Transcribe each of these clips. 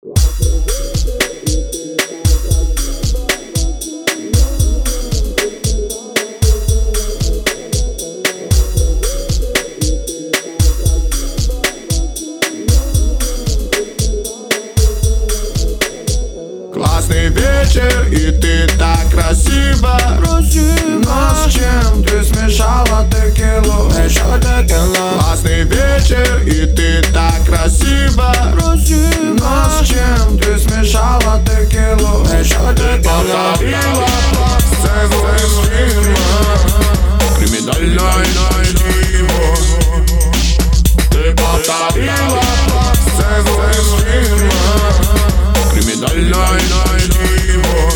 Классный вечер, и ты так красиво. Но с чем ты смешала текилу? Классный вечер, и ты так красиво. Но с чем ты смешала текилу? Повторила сцену из фильма криминальной диво. Ты повторила сцену из фильма криминальной диво.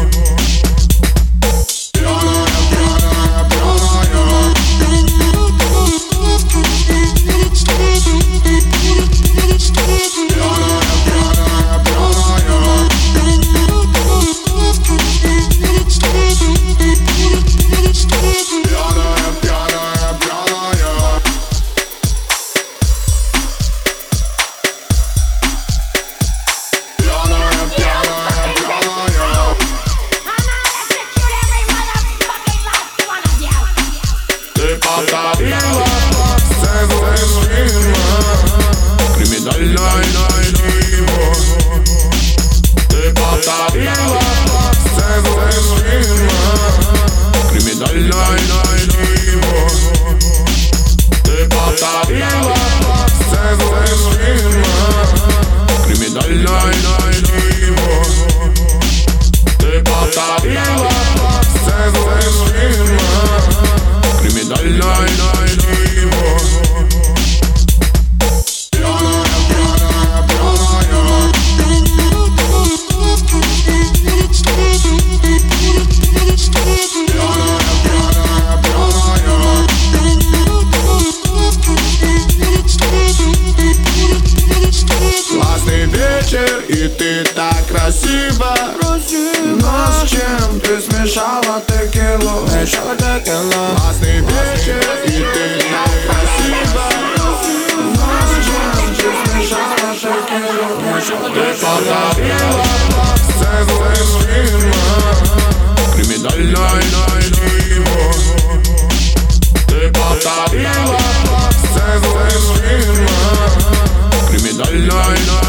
Повторила сцену из фильма криминальной диво. Ты повторила сцену из фильма криминальной диво. Ты повторила сцену из фильма криминальной диво. Ты повторила сцену из фильма криминальной диво. Классный вечер, и ты так красиво. Но с чем ты смешала текилу? Классный вечер, и ты так красиво. Но с чем ты смешала текилу? Ты повторила сцену из фильма криминальной диво. Ты повторила сцену из фильма криминальной